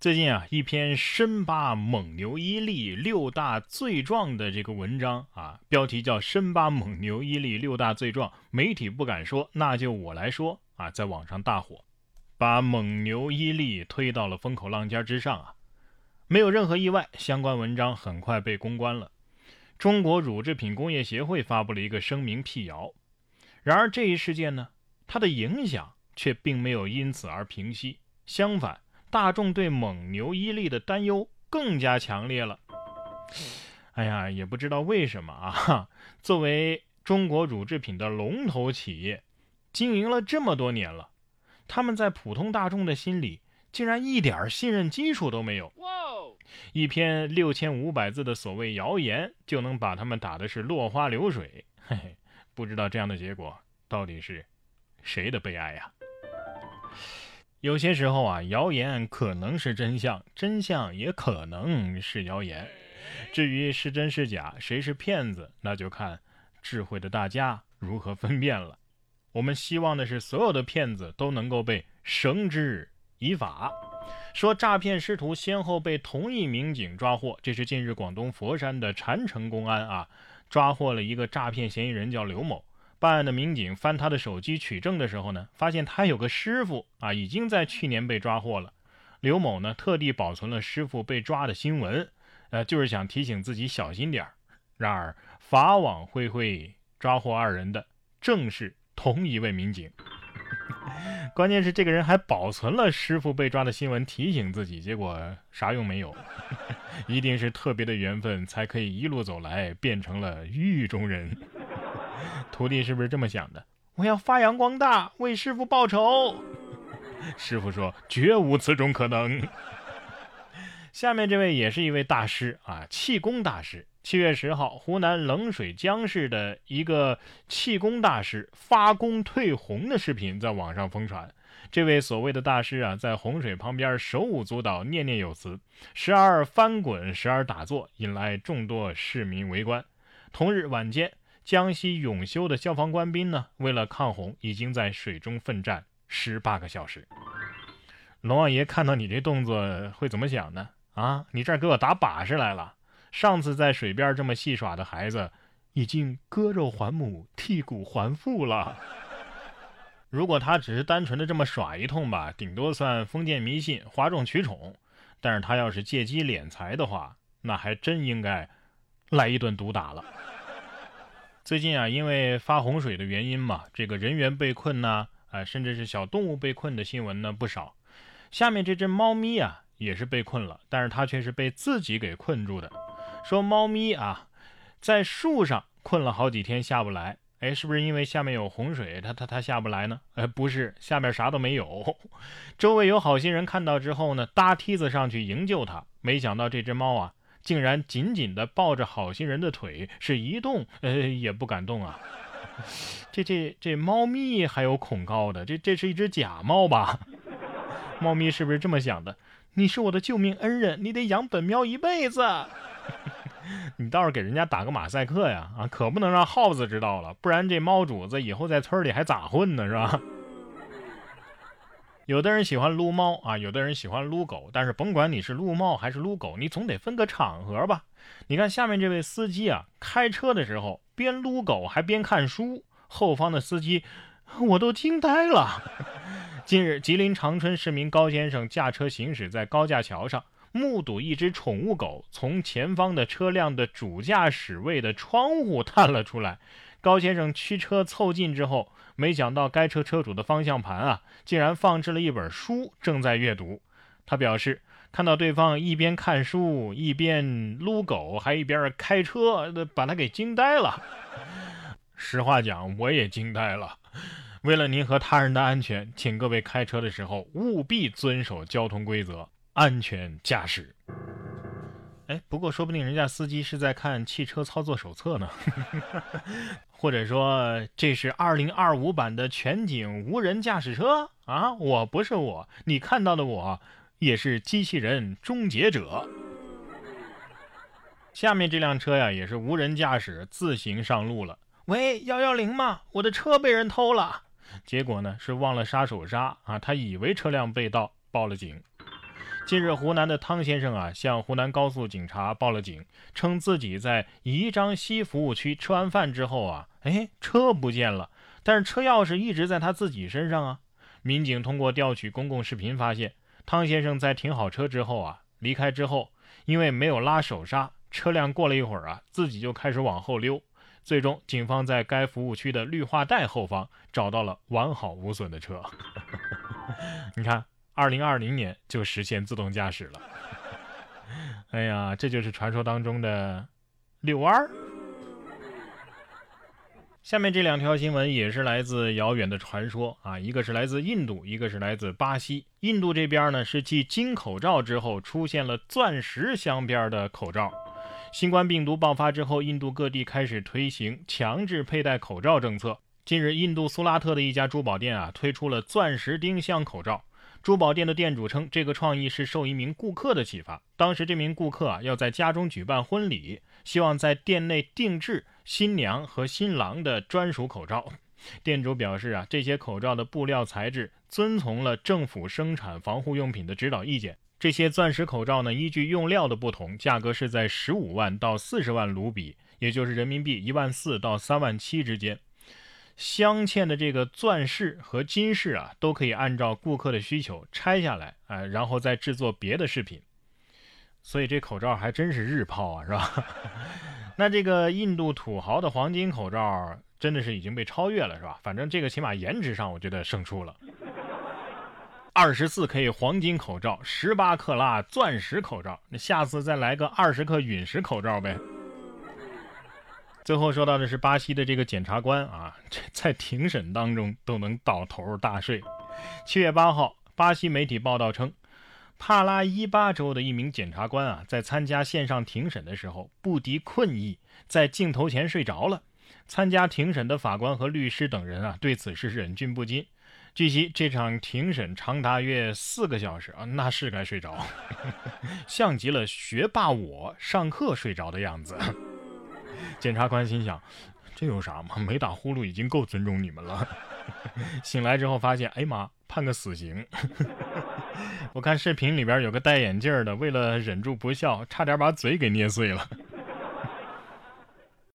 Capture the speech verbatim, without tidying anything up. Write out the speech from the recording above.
最近啊，一篇深扒蒙牛伊利六大罪状的这个文章啊，标题叫深扒蒙牛伊利六大罪状，媒体不敢说，那就我来说啊，在网上大火，把蒙牛伊利推到了风口浪尖之上啊。没有任何意外，相关文章很快被公关了。中国乳制品工业协会发布了一个声明辟谣。然而这一事件呢，它的影响却并没有因此而平息，相反，大众对蒙牛伊利的担忧更加强烈了。哎呀，也不知道为什么啊，作为中国乳制品的龙头企业，经营了这么多年了，他们在普通大众的心里竟然一点信任基础都没有。一篇六千五百字的所谓谣言就能把他们打的是落花流水。嘿嘿，不知道这样的结果到底是谁的悲哀呀？有些时候啊，谣言可能是真相，真相也可能是谣言。至于是真是假，谁是骗子，那就看智慧的大家如何分辨了。我们希望的是所有的骗子都能够被绳之以法。说诈骗师徒先后被同一民警抓获，这是近日广东佛山的禅城公安啊，抓获了一个诈骗嫌疑人叫刘某。办案的民警翻他的手机取证的时候呢，发现他有个师傅啊，已经在去年被抓获了。刘某呢，特地保存了师傅被抓的新闻，呃，就是想提醒自己小心点。然而法网恢恢，抓获二人的正是同一位民警。关键是这个人还保存了师傅被抓的新闻提醒自己，结果啥用没有。一定是特别的缘分才可以一路走来变成了狱中人。徒弟是不是这么想的？我要发扬光大，为师傅报仇。师傅说绝无此种可能。下面这位也是一位大师啊，气功大师。七月十号，湖南冷水江市的一个气功大师发功退洪的视频在网上疯传。这位所谓的大师啊，在洪水旁边手舞足蹈，念念有词，时而翻滚，时而打坐，引来众多市民围观。同日晚间，江西永修的消防官兵呢，为了抗洪，已经在水中奋战十八个小时。龙王爷看到你这动作会怎么想呢？啊，你这儿给我打把式来了。上次在水边这么戏耍的孩子，已经割肉还母，剔骨还父了。如果他只是单纯的这么耍一通吧，顶多算封建迷信，哗众取宠。但是他要是借机敛财的话，那还真应该来一顿毒打了。最近啊，因为发洪水的原因嘛，这个人员被困呢、呃，甚至是小动物被困的新闻呢不少。下面这只猫咪啊也是被困了，但是它却是被自己给困住的。说猫咪啊在树上困了好几天下不来，哎，是不是因为下面有洪水，它它它下不来呢？哎，不是，下面啥都没有。周围有好心人看到之后呢，搭梯子上去营救它，没想到这只猫啊竟然紧紧地抱着好心人的腿，是一动呃也不敢动啊。这这这猫咪还有恐高的，这这是一只假猫吧？猫咪是不是这么想的？你是我的救命恩人，你得养本喵一辈子。你倒是给人家打个马赛克呀，啊，可不能让耗子知道了，不然这猫主子以后在村里还咋混呢，是吧？有的人喜欢撸猫啊，有的人喜欢撸狗，但是甭管你是撸猫还是撸狗，你总得分个场合吧。你看下面这位司机啊，开车的时候边撸狗还边看书，后方的司机我都惊呆了。近日，吉林长春市民高先生驾车行驶在高架桥上，目睹一只宠物狗从前方的车辆的主驾驶位的窗户探了出来。高先生驱车凑近之后，没想到该车车主的方向盘啊，竟然放置了一本书，正在阅读。他表示，看到对方一边看书一边撸狗，还一边开车，把他给惊呆了。实话讲，我也惊呆了。为了您和他人的安全，请各位开车的时候务必遵守交通规则，安全驾驶。哎，不过说不定人家司机是在看汽车操作手册呢。或者说这是二零二五版的全景无人驾驶车啊，我不是我，你看到的我也是机器人终结者。下面这辆车呀也是无人驾驶自行上路了。喂，一一零吗？我的车被人偷了。结果呢是忘了杀手刹啊，他以为车辆被盗，报了警。 近日，湖南的汤先生啊，向湖南高速警察报了警，称自己在宜章西服务区吃完饭之后啊，哎，车不见了，但是车钥匙一直在他自己身上啊。民警通过调取公共视频发现，汤先生在停好车之后啊，离开之后，因为没有拉手刹，车辆过了一会儿啊，自己就开始往后溜。最终，警方在该服务区的绿化带后方找到了完好无损的车。你看。二零二零年就实现自动驾驶了。哎呀，这就是传说当中的遛弯儿。下面这两条新闻也是来自遥远的传说啊，一个是来自印度，一个是来自巴西。印度这边呢是继金口罩之后出现了钻石镶边的口罩。新冠病毒爆发之后，印度各地开始推行强制佩戴口罩政策。近日，印度苏拉特的一家珠宝店啊推出了钻石钉镶口罩。珠宝店的店主称，这个创意是受一名顾客的启发。当时这名顾客啊要在家中举办婚礼，希望在店内定制新娘和新郎的专属口罩。店主表示啊，这些口罩的布料材质遵从了政府生产防护用品的指导意见。这些钻石口罩呢，依据用料的不同，价格是在十五万到四十万卢比，也就是人民币一万四到三万七之间。镶嵌的这个钻饰和金饰啊，都可以按照顾客的需求拆下来，呃、然后再制作别的饰品。所以这口罩还真是日抛啊，是吧？那这个印度土豪的黄金口罩真的是已经被超越了，是吧？反正这个起码颜值上我觉得胜出了。二十四 K 黄金口罩，十八克拉钻石口罩，那下次再来个二十克陨石口罩呗。最后说到的是巴西的这个检察官啊，在庭审当中都能倒头大睡。七月八号，巴西媒体报道称，帕拉伊巴州的一名检察官啊，在参加线上庭审的时候不敌困意，在镜头前睡着了。参加庭审的法官和律师等人啊，对此事忍俊不禁。据悉，这场庭审长达约四个小时啊，那是该睡着，像极了学霸我上课睡着的样子。检察官心想，这有啥嘛，没打呼噜已经够尊重你们了。醒来之后发现，哎妈，判个死刑。我看视频里边有个戴眼镜的，为了忍住不笑，差点把嘴给捏碎了。